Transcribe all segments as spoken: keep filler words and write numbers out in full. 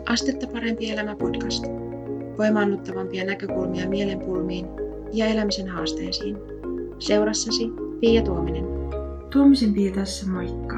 Astetta parempi elämä podcast. Voimaannuttavampia näkökulmia mielenpulmiin ja elämisen haasteisiin. Seurassasi Pia Tuominen. Tuomisen Pia tässä, moikka.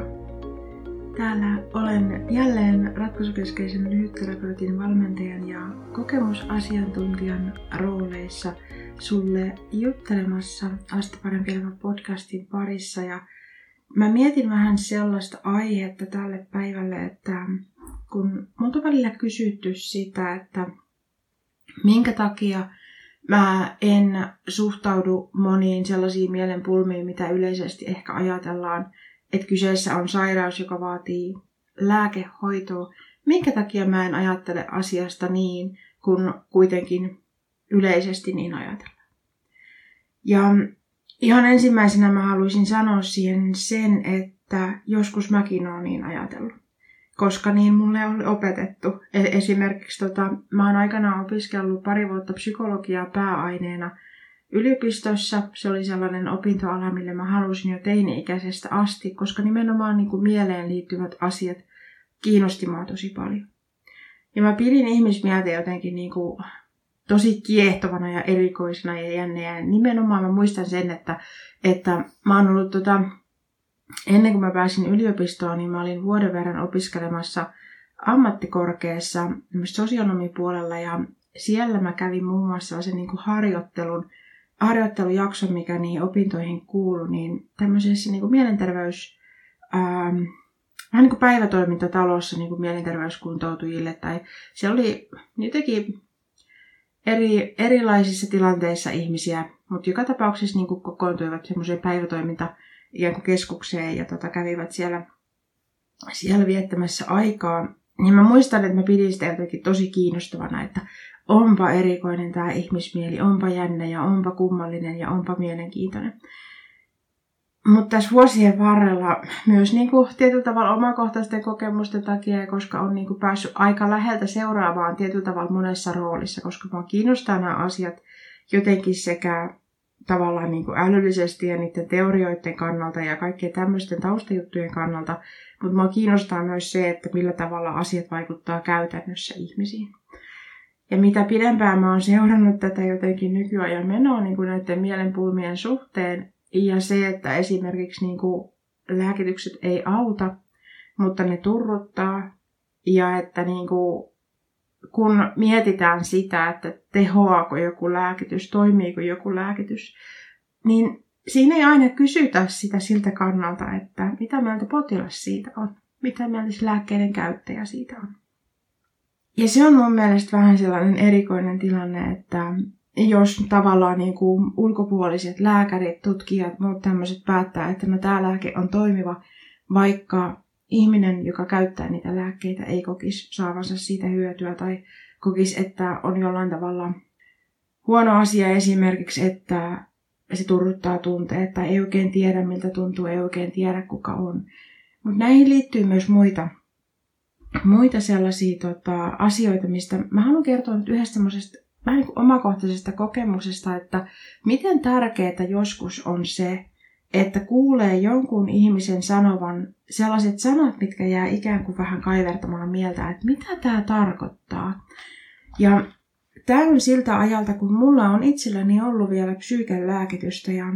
Täällä olen jälleen ratkaisukeskeisen lyhytterapeutin valmentajan ja kokemusasiantuntijan rooleissa sulle juttelemassa Astetta parempi elämä podcastin parissa. Ja mä mietin vähän sellaista aihetta tälle päivälle, että kun multa on välillä kysytty sitä, että minkä takia mä en suhtaudu moniin sellaisiin mielenpulmiin, mitä yleisesti ehkä ajatellaan, että kyseessä on sairaus, joka vaatii lääkehoitoa. Minkä takia mä en ajattele asiasta niin, kun kuitenkin yleisesti niin ajatellaan. Ja ihan ensimmäisenä mä haluaisin sanoa siihen sen, että joskus mäkin oon niin ajatellut. Koska niin mulle on opetettu. Esimerkiksi tota, mä oon aikanaan opiskellut pari vuotta psykologiaa pääaineena yliopistossa. Se oli sellainen opintoala, mille mä halusin jo teini-ikäisestä asti, koska nimenomaan niin kuin mieleen liittyvät asiat kiinnosti mua tosi paljon. Ja mä pidin ihmismieltä jotenkin niin kuin tosi kiehtovana ja erikoisena ja jännä. Ja nimenomaan mä muistan sen, että, että mä oon ollut tota, ennen kuin mä pääsin yliopistoon, niin mä olin vuoden verran opiskelemassa ammattikorkeassa sosionomipuolella ja siellä mä kävin muun muassa sellaisen niin kuin harjoittelun, harjoittelujakson, mikä niihin opintoihin kuului, niin tämmöisessä niin kuin mielenterveys, ähm, vähän niin kuin päivätoimintatalossa niin kuin mielenterveyskuntoutujille, tai se oli jotenkin eri, erilaisissa tilanteissa ihmisiä, mutta joka tapauksessa niin kuin kokoontuivat semmoiseen päivätoiminta ikään kuin keskukseen ja tota, kävivät siellä, siellä viettämässä aikaa. Niin mä muistan, että mä pidin sitä jotenkin tosi kiinnostavana, että onpa erikoinen tämä ihmismieli, onpa jännä ja onpa kummallinen ja onpa mielenkiintoinen. Mutta tässä vuosien varrella myös niin kuin tietyllä tavalla omakohtaisten kokemusten takia, koska on niin kuin päässyt aika läheltä seuraamaan tietyllä tavalla monessa roolissa, koska mua kiinnostaa nämä asiat jotenkin sekä tavallaan niin kuin älyllisesti ja niiden teorioiden kannalta ja kaikkien tämmöisten taustajuttujen kannalta, mutta mua kiinnostaa myös se, että millä tavalla asiat vaikuttaa käytännössä ihmisiin. Ja mitä pidempään mä oon seurannut tätä jotenkin nykyajan menoa niin kuin näiden mielenpulmien suhteen ja se, että esimerkiksi niin kuin lääkitykset ei auta, mutta ne turruttaa ja että niin kuin kun mietitään sitä, että tehoaako joku lääkitys, toimiiko joku lääkitys, niin siinä ei aina kysytä sitä siltä kannalta, että mitä mieltä potilas siitä on, mitä mieltä lääkkeiden käyttäjä siitä on. Ja se on mun mielestä vähän sellainen erikoinen tilanne, että jos tavallaan niin kuin ulkopuoliset lääkärit, tutkijat, muut tämmöiset päättää, että no tämä lääke on toimiva, vaikka ihminen, joka käyttää niitä lääkkeitä, ei kokisi saavansa siitä hyötyä tai kokisi, että on jollain tavalla huono asia esimerkiksi, että se turruttaa tunteet tai ei oikein tiedä, miltä tuntuu, ei oikein tiedä, kuka on. Mutta näihin liittyy myös muita, muita sellaisia tota, asioita, mistä mä haluan kertoa nyt yhdestä semmoisesta vähän niin kuin omakohtaisesta kokemuksesta, että miten tärkeää joskus on se, että kuulee jonkun ihmisen sanovan sellaiset sanat, mitkä jää ikään kuin vähän kaivertamaan mieltä, että mitä tämä tarkoittaa. Ja tämä on siltä ajalta, kun mulla on itselläni ollut vielä psyykelääkitystä ja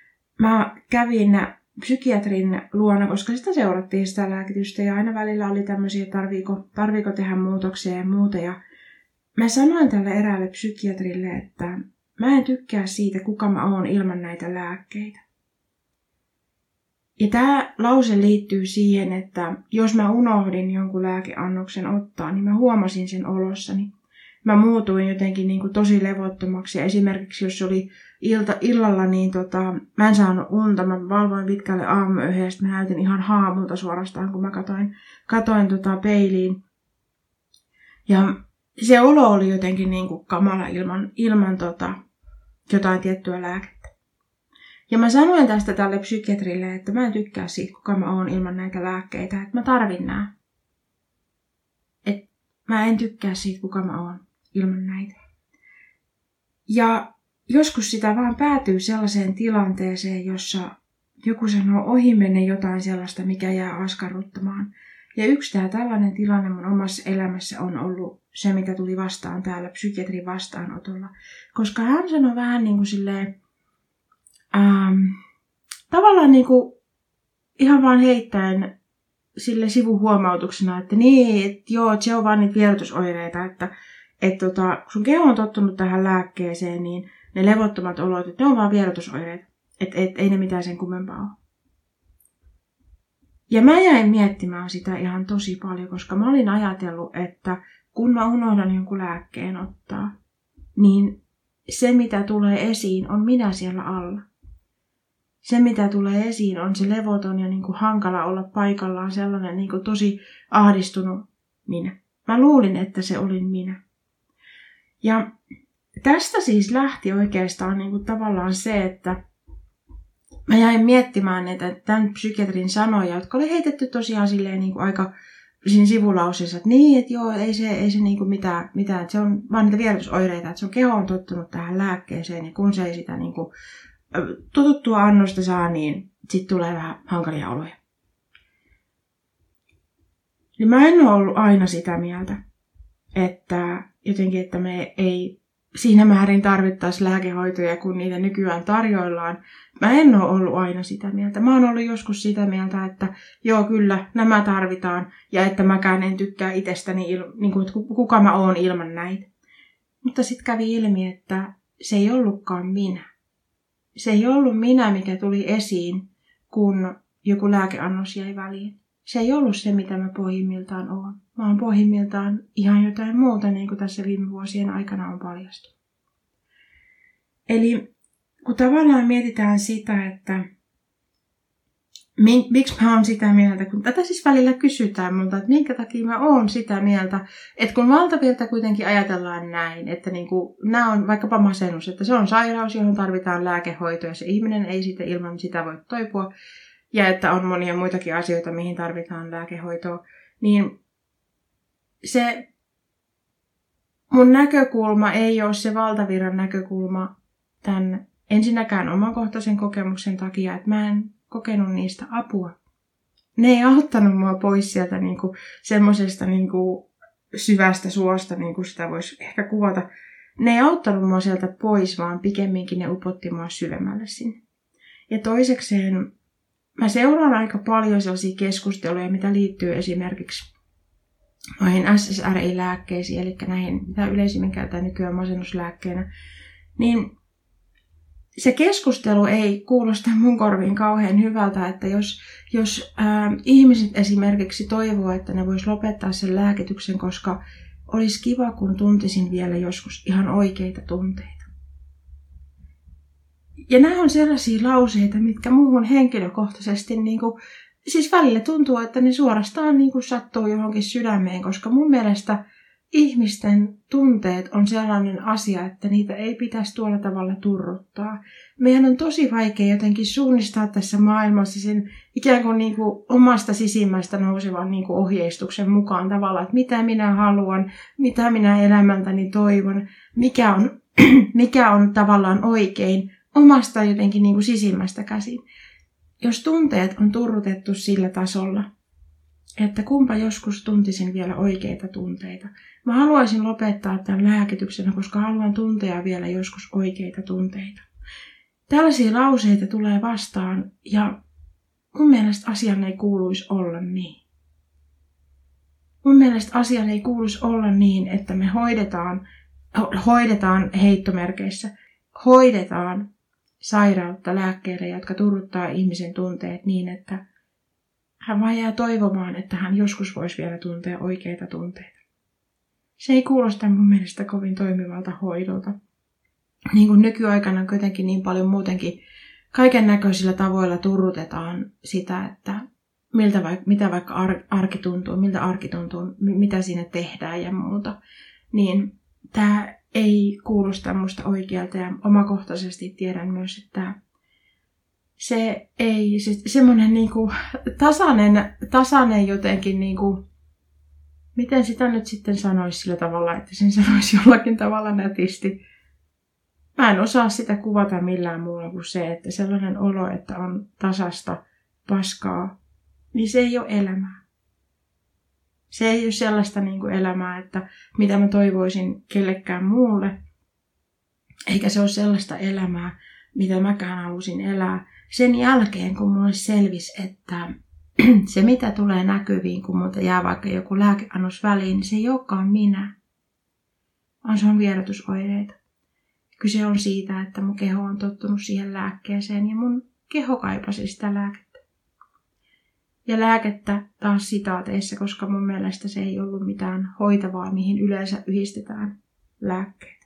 mä kävin psykiatrin luona, koska sitä seurattiin sitä lääkitystä ja aina välillä oli tämmöisiä, että tarviiko, tarviiko tehdä muutoksia ja muuta. Ja mä sanoin tälle eräälle psykiatrille, että mä en tykkää siitä, kuka mä oon ilman näitä lääkkeitä. Ja tämä lause liittyy siihen, että jos mä unohdin jonkun lääkeannoksen ottaa, niin mä huomasin sen olossani. Mä muutuin jotenkin niin kuin tosi levottomaksi. Ja esimerkiksi jos oli ilta, illalla, niin tota, mä en saanut unta. Mä valvoin pitkälle aamuyöhön ja sitten mä näytin ihan haamulta suorastaan, kun mä katoin, katoin tota peiliin. Ja se olo oli jotenkin niin kuin kamala ilman, ilman tota, jotain tiettyä lääkettä. Ja mä sanoin tästä tälle psykiatrille, että mä en tykkää siitä, kuka mä oon ilman näitä lääkkeitä, että mä tarvin nää. Että mä en tykkää siitä, kuka mä oon ilman näitä. Ja joskus sitä vaan päätyy sellaiseen tilanteeseen, jossa joku sanoo ohimenne jotain sellaista, mikä jää askarruttamaan. Ja yksi tämä tällainen tilanne mun omassa elämässä on ollut se, mitä tuli vastaan täällä psykiatrin vastaanotolla. Koska hän sanoi vähän niin kuin silleen, ähm, tavallaan niin kuin ihan vaan heittäen sille sivuhuomautuksena, että niin, että joo, se on vaan niitä vierotusoireita, että et tota, sun keho on tottunut tähän lääkkeeseen, niin ne levottomat olot, että ne on vaan vierotusoireita. Että et, ei ne mitään sen kummempaa ole. Ja mä jäin miettimään sitä ihan tosi paljon, koska mä olin ajatellut, että kun mä unohdan jonkun lääkkeen ottaa, niin se mitä tulee esiin on minä siellä alla. Se mitä tulee esiin on se levoton ja niin kuin hankala olla paikallaan, sellainen niin kuin tosi ahdistunut minä. Mä luulin, että se olin minä. Ja tästä siis lähti oikeastaan niin kuin tavallaan se, että mä jäin miettimään näitä tämän psykiatrin sanoja, jotka oli heitetty tosiaan silleen niin kuin aika siinä sivulauseessa, että niin, että joo, ei se, ei se niin kuin mitään, mitään, että se on vaan niitä vierotusoireita, että sun keho on tottunut tähän lääkkeeseen ja kun se ei sitä niin kuin totuttua annosta saa, niin sitten tulee vähän hankalia oloja. Niin mä en ole ollut aina sitä mieltä, että jotenkin, että me ei siinä määrin tarvittaisi lääkehoitoja, kun niitä nykyään tarjoillaan. Mä en ole ollut aina sitä mieltä. Mä oon ollut joskus sitä mieltä, että joo kyllä, nämä tarvitaan ja että mäkään en tykkää itsestäni, niin kuin, että kuka mä oon ilman näitä. Mutta sitten kävi ilmi, että se ei ollutkaan minä. Se ei ollut minä, mikä tuli esiin, kun joku lääkeannos jäi väliin. Se ei ollut se, mitä mä pohjimmiltaan oon. Mä oon pohjimmiltaan ihan jotain muuta, niin kuin tässä viime vuosien aikana on paljastunut. Eli kun tavallaan mietitään sitä, että miksi mä oon sitä mieltä, kun tätä siis välillä kysytään multa, että minkä takia mä oon sitä mieltä, että kun valtavirta kuitenkin ajatellaan näin, että niinku, nämä on vaikkapa masennus, että se on sairaus, johon tarvitaan lääkehoitoa ja se ihminen ei sitten ilman sitä voi toipua, ja että on monia muitakin asioita, mihin tarvitaan lääkehoitoa, niin se mun näkökulma ei ole se valtavirran näkökulma tämän ensinnäkään omakohtaisen kokemuksen takia, että mä en kokenut niistä apua. Ne ei auttanut mua pois sieltä niinku semmoisesta niinku syvästä suosta, niin kuin sitä voisi ehkä kuvata. Ne ei auttanut mua sieltä pois, vaan pikemminkin ne upotti mua syvemmälle sinne. Ja toisekseen mä seuraan aika paljon sellaisia keskusteluja, mitä liittyy esimerkiksi noihin S S R I-lääkkeisiin, eli näihin, mitä yleisimmin käytetään nykyään masennuslääkkeenä, niin se keskustelu ei kuulosta mun korviin kauhean hyvältä, että jos, jos ää, ihmiset esimerkiksi toivoo, että ne vois lopettaa sen lääkityksen, koska olisi kiva, kun tuntisin vielä joskus ihan oikeita tunteita. Ja nämä on sellaisia lauseita, mitkä muuhun henkilökohtaisesti, niin kuin, siis välillä tuntuu, että ne suorastaan niin kuin sattuu johonkin sydämeen, koska mun mielestä ihmisten tunteet on sellainen asia, että niitä ei pitäisi tuolla tavalla turruttaa. Meidän on tosi vaikea jotenkin suunnistaa tässä maailmassa sen ikään kuin, niin kuin omasta sisimmästä nousevan niin kuin ohjeistuksen mukaan tavalla, että mitä minä haluan, mitä minä elämältäni toivon, mikä on, mikä on tavallaan oikein omasta jotenkin niin kuin sisimmästä käsin. Jos tunteet on turrutettu sillä tasolla, että kumpa joskus tuntisin vielä oikeita tunteita. Mä haluaisin lopettaa tämän lääkityksen, koska haluan tuntea vielä joskus oikeita tunteita. Tällaisia lauseita tulee vastaan ja mun mielestä asian ei kuuluisi olla niin. Mun mielestä asian ei kuuluisi olla niin, että me hoidetaan, hoidetaan heittomerkeissä, hoidetaan sairautta lääkkeille, jotka turruttaa ihmisen tunteet niin, että hän vaan jää toivomaan, että hän joskus voisi vielä tuntea oikeita tunteita. Se ei kuulosta mun mielestä kovin toimivalta hoidolta. Niin kuin nykyaikana kuitenkin niin paljon muutenkin kaiken näköisillä tavoilla turrutetaan sitä, että miltä vaikka, mitä vaikka arki tuntuu, miltä arki tuntuu, mitä siinä tehdään ja muuta. Niin tämä ei kuulosta musta oikealta ja omakohtaisesti tiedän myös, että se ei, se, semmoinen niinku tasainen, tasainen jotenkin, niinku, miten sitä nyt sitten sanoisi sillä tavalla, että sen sanoisi jollakin tavalla nätisti. Mä en osaa sitä kuvata millään muulla kuin se, että sellainen olo, että on tasasta paskaa, niin se ei ole elämää. Se ei ole sellaista niin kuin elämää, että mitä mä toivoisin kellekään muulle. Eikä se ole sellaista elämää, mitä mäkään halusin elää. Sen jälkeen, kun mulle selvisi, että se mitä tulee näkyviin, kun multa jää vaikka joku lääkeannos väliin, niin se ei olekaan minä. Vaan se on vierotusoireita. Kyse on siitä, että mun keho on tottunut siihen lääkkeeseen ja mun keho kaipasi sitä lääkettä. Ja lääkettä taas sitaateissa, koska mun mielestä se ei ollut mitään hoitavaa, mihin yleensä yhdistetään lääkkeitä.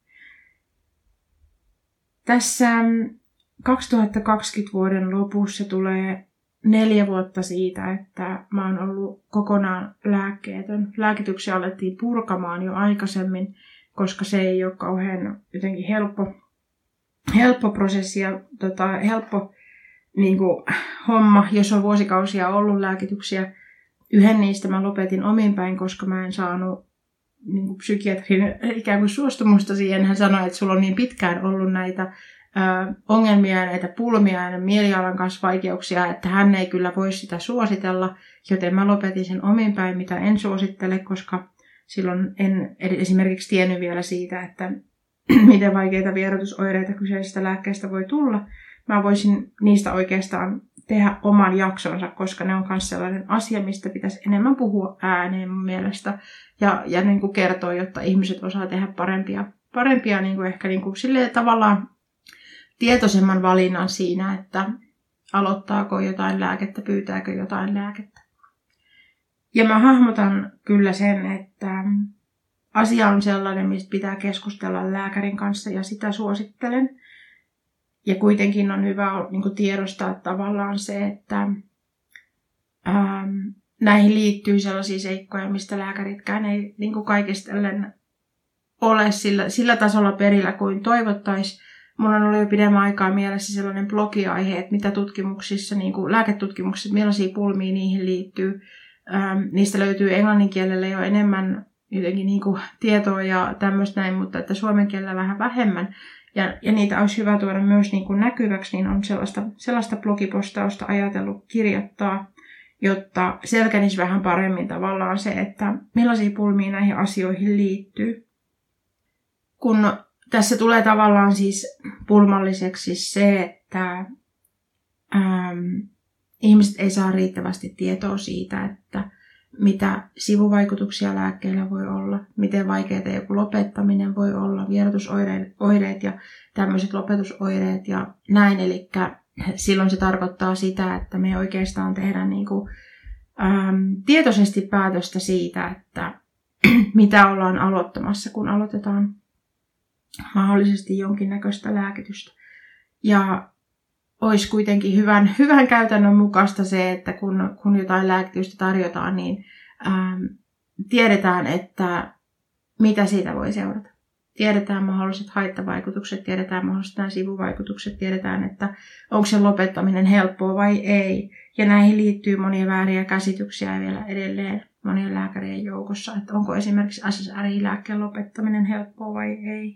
Tässä kaksituhattakaksikymmentä vuoden lopussa tulee neljä vuotta siitä, että mä oon ollut kokonaan lääkkeetön. Lääkityksiä alettiin purkamaan jo aikaisemmin, koska se ei ole kauhean jotenkin helppo, helppo prosessi ja tota, helppo niin kuin, homma, jos on vuosikausia ollut lääkityksiä. Yhden niistä mä lopetin omin päin, koska mä en saanut niin kuin psykiatrin ikään kuin suostumusta siihen. Hän sanoi, että sulla on niin pitkään ollut näitä ää, ongelmia ja näitä pulmia ja mielialan kanssa vaikeuksia, että hän ei kyllä voi sitä suositella. Joten mä lopetin sen omin päin, mitä en suosittele, koska silloin en esimerkiksi tiennyt vielä siitä, että miten vaikeita vierotusoireita kyseisestä lääkkeestä voi tulla. Mä voisin niistä oikeastaan tehdä oman jaksonsa, koska ne on myös sellainen asia, mistä pitäisi enemmän puhua ääneen mun mielestä. Ja, ja niin kuin kertoa, jotta ihmiset osaa tehdä parempia, parempia niin kuin ehkä niin kuin silleen tavallaan tietoisemman valinnan siinä, että aloittaako jotain lääkettä, pyytääkö jotain lääkettä. Ja mä hahmotan kyllä sen, että asia on sellainen, mistä pitää keskustella lääkärin kanssa ja sitä suosittelen. Ja kuitenkin on hyvä niin kuin tiedostaa tavallaan se, että ähm, näihin liittyy sellaisia seikkoja, mistä lääkäritkään ei niin kuin kaikistellen ole sillä, sillä tasolla perillä kuin toivottaisiin. Mulla on ollut jo pidemmän aikaa mielessä sellainen blogiaihe, että mitä tutkimuksissa, niin kuin lääketutkimuksissa, millaisia pulmia niihin liittyy. Ähm, niistä löytyy englannin kielellä jo enemmän jotenkin niin kuin tietoa ja tämmöistä näin, mutta että suomen kielellä vähän vähemmän. Ja, ja niitä olisi hyvä tuoda myös niin kuin näkyväksi, niin on sellaista, sellaista blogipostausta ajatellut kirjoittaa, jotta selkenisi vähän paremmin tavallaan se, että millaisia pulmia näihin asioihin liittyy. Kun tässä tulee tavallaan siis pulmalliseksi se, että ähm, ihmiset ei saa riittävästi tietoa siitä, että mitä sivuvaikutuksia lääkkeillä voi olla, miten vaikeaa joku lopettaminen voi olla, vierotusoireet ja tämmöiset lopetusoireet ja näin. Eli silloin se tarkoittaa sitä, että me oikeastaan tehdään niin kuin, äm, tietoisesti päätöstä siitä, että mitä ollaan aloittamassa, kun aloitetaan mahdollisesti jonkinnäköistä lääkitystä. Ja olisi kuitenkin hyvän, hyvän käytännön mukaista se, että kun, kun jotain lääkitystä tarjotaan, niin ähm, tiedetään, että mitä siitä voi seurata. Tiedetään mahdolliset haittavaikutukset, tiedetään mahdolliset nämä sivuvaikutukset, tiedetään, että onko se lopettaminen helppoa vai ei. Ja näihin liittyy monia vääriä käsityksiä vielä edelleen monien lääkärien joukossa, että onko esimerkiksi S S R I-lääkkeen lopettaminen helppoa vai ei.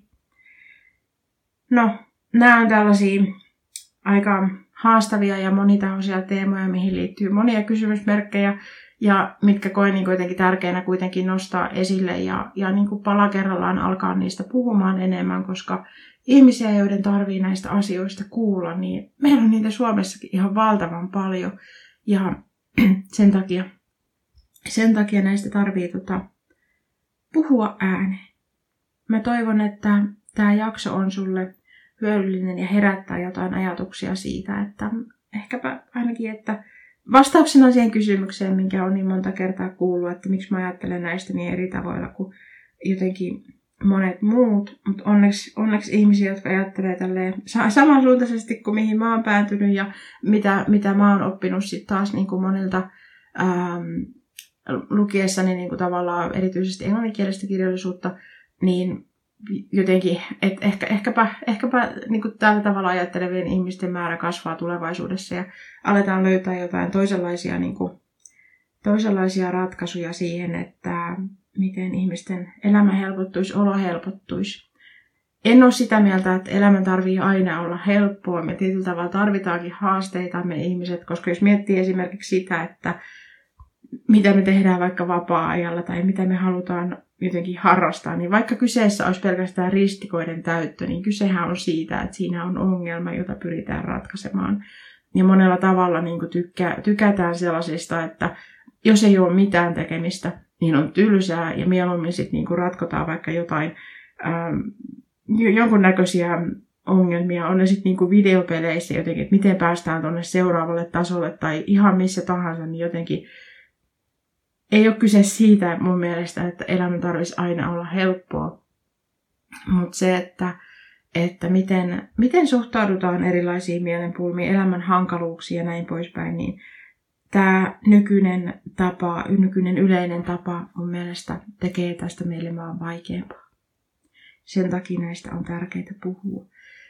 No, nämä on tällaisia aika haastavia ja monitahoisia teemoja, mihin liittyy monia kysymysmerkkejä ja mitkä koen niin kuitenkin tärkeänä kuitenkin nostaa esille ja, ja niin kuin pala kerrallaan alkaa niistä puhumaan enemmän, koska ihmisiä, joiden tarvii näistä asioista kuulla, niin meillä on niitä Suomessakin ihan valtavan paljon ja sen takia, sen takia näistä tarvii tota, puhua ääneen. Mä toivon, että tämä jakso on sulle hyödyllinen ja herättää jotain ajatuksia siitä, että ehkäpä ainakin, että vastauksena siihen kysymykseen, minkä on niin monta kertaa kuullut, että miksi mä ajattelen näistä niin eri tavoilla kuin jotenkin monet muut, mutta onneksi, onneksi ihmisiä, jotka ajattelee tälleen samansuuntaisesti kuin mihin mä oon päätynyt ja mitä, mitä mä oon oppinut sitten taas niin kuin monilta ähm, lukiessani niin kuin tavallaan erityisesti englanninkielistä kirjallisuutta, niin jotenkin, että ehkä, ehkäpä, ehkäpä niin kuin tällä tavalla ajattelevien ihmisten määrä kasvaa tulevaisuudessa ja aletaan löytää jotain toisenlaisia, niin kuin, toisenlaisia ratkaisuja siihen, että miten ihmisten elämä helpottuisi, olo helpottuisi. En ole sitä mieltä, että elämän tarvii aina olla helppoa. Me tietyllä tavalla tarvitaankin haasteita me ihmiset, koska jos miettii esimerkiksi sitä, että mitä me tehdään vaikka vapaa-ajalla tai mitä me halutaan jotenkin harrastaa, niin vaikka kyseessä olisi pelkästään ristikoiden täyttö, niin kysehän on siitä, että siinä on ongelma, jota pyritään ratkaisemaan. Ja monella tavalla niin kuin tykkää, tykätään sellaisista, että jos ei ole mitään tekemistä, niin on tylsää ja mieluummin sitten niin kuin ratkotaan vaikka jotain ähm, jonkunnäköisiä ongelmia. On ne sitten niin kuin videopeleissä jotenkin, että miten päästään tuonne seuraavalle tasolle tai ihan missä tahansa, niin jotenkin ei ole kyse siitä mun mielestä, että elämä tarvitsisi aina olla helppoa, mutta se, että, että miten, miten suhtaudutaan erilaisiin mielenpulmiin, elämän hankaluuksiin ja näin poispäin, niin tämä nykyinen tapa, nykyinen yleinen tapa mun mielestä tekee tästä meille vaan vaikeampaa. Sen takia näistä on tärkeää puhua.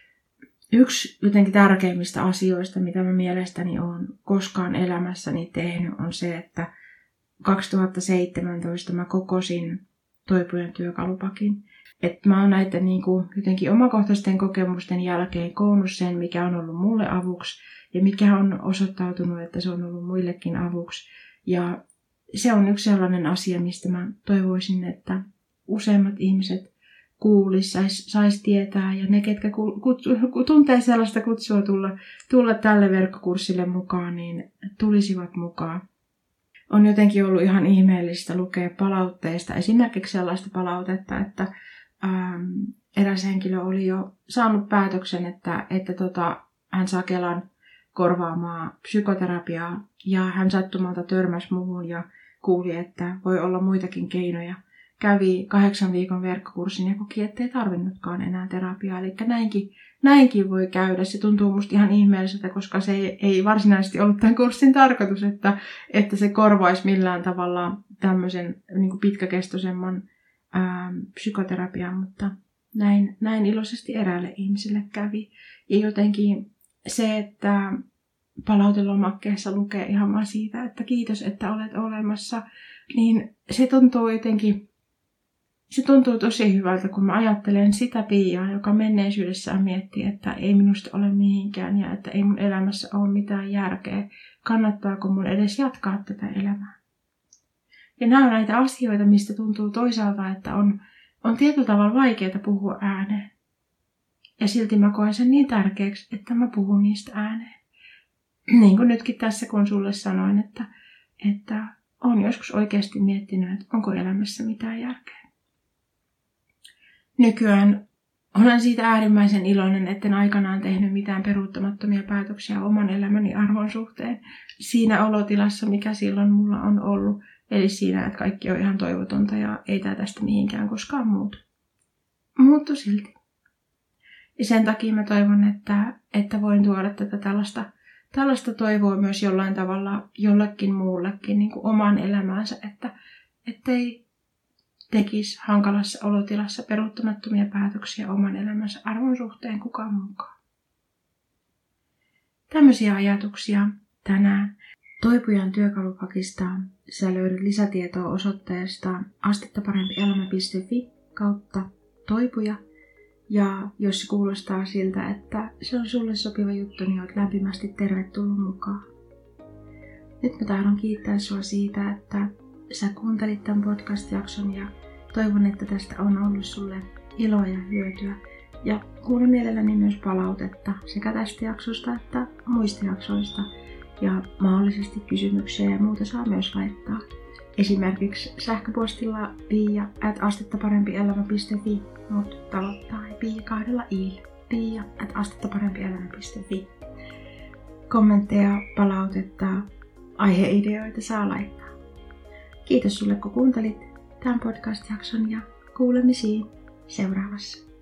Yksi jotenkin tärkeimmistä asioista, mitä mä mielestäni olen koskaan elämässäni tehnyt, on se, että kaksituhattaseitsemäntoista mä kokosin Toipujan työkalupakin. Että mä oon näiden niin kuin, jotenkin omakohtaisten kokemusten jälkeen koonnut sen, mikä on ollut mulle avuksi ja mikä on osoittautunut, että se on ollut muillekin avuksi. Ja se on yksi sellainen asia, mistä mä toivoisin, että useimmat ihmiset kuulisi, sais, sais tietää ja ne, ketkä kutsu, tuntee sellaista kutsua tulla, tulla tälle verkkokurssille mukaan, niin tulisivat mukaan. On jotenkin ollut ihan ihmeellistä lukea palautteista. Esimerkiksi sellaista palautetta, että ähm, eräs henkilö oli jo saanut päätöksen, että, että tota, hän saa Kelan korvaamaan psykoterapiaa. Ja hän sattumalta törmäsi muuhun ja kuuli, että voi olla muitakin keinoja. Kävi kahdeksan viikon verkkokurssin ja koki, ettei tarvinnutkaan enää terapiaa. Eli näinkin, näinkin voi käydä. Se tuntuu musta ihan ihmeelliseltä, koska se ei, ei varsinaisesti ollut tämän kurssin tarkoitus, että, että se korvaisi millään tavalla tämmöisen niin kuin pitkäkestoisemman ää, psykoterapian, mutta näin, näin iloisesti eräälle ihmiselle kävi. Ja jotenkin se, että palautelomakkeessa lukee ihan vaan siitä, että kiitos, että olet olemassa, niin se tuntuu jotenkin Se tuntuu tosi hyvältä, kun mä ajattelen sitä Piiaa, joka menneisyydessään miettii, että ei minusta ole mihinkään ja että ei mun elämässä ole mitään järkeä. Kannattaako mun edes jatkaa tätä elämää? Ja nämä on näitä asioita, mistä tuntuu toisaalta, että on, on tietyllä tavalla vaikeaa puhua ääneen. Ja silti mä koen sen niin tärkeäksi, että mä puhun niistä ääneen. Niin kuin nytkin tässä, kun sulle sanoin, että, että on joskus oikeasti miettinyt, että onko elämässä mitään järkeä. Nykyään olen siitä äärimmäisen iloinen, etten aikanaan tehnyt mitään peruuttamattomia päätöksiä oman elämäni arvon suhteen siinä olotilassa, mikä silloin mulla on ollut. Eli siinä, että kaikki on ihan toivotonta ja ei tää tästä mihinkään koskaan muutu. Muuttu silti. Ja sen takia mä toivon, että, että voin tuoda tätä tällaista, tällaista toivoa myös jollain tavalla jollekin muullekin niin kuin oman elämäänsä, että ettei tekisi hankalassa olotilassa peruuttamattomia päätöksiä oman elämänsä arvon suhteen kukaan mukaan. Tämmöisiä ajatuksia tänään. Toipujan työkalupakista sä löydät lisätietoa osoitteesta astettaparempielämä piste fi kautta toipuja. Ja jos se kuulostaa siltä, että se on sulle sopiva juttu, niin oot lämpimästi tervetullut mukaan. Nyt mä tahdon kiittää sua siitä, että sä kuuntelit tämän podcast-jakson ja toivon, että tästä on ollut sulle iloa ja hyötyä. Ja kuulen mielelläni myös palautetta sekä tästä jaksosta että muista jaksoista. Ja mahdollisesti kysymyksiä ja muuta saa myös laittaa. Esimerkiksi sähköpostilla pia at astettaparempielämä piste fi, mutta tavoittaa Pia kahdella iillä. Pia at astettaparempielämä piste fi. Kommentteja, palautetta, aiheideoita saa laittaa. Kiitos sulle, kun kuuntelit tämän podcast-jakson ja kuulemisiin seuraavassa.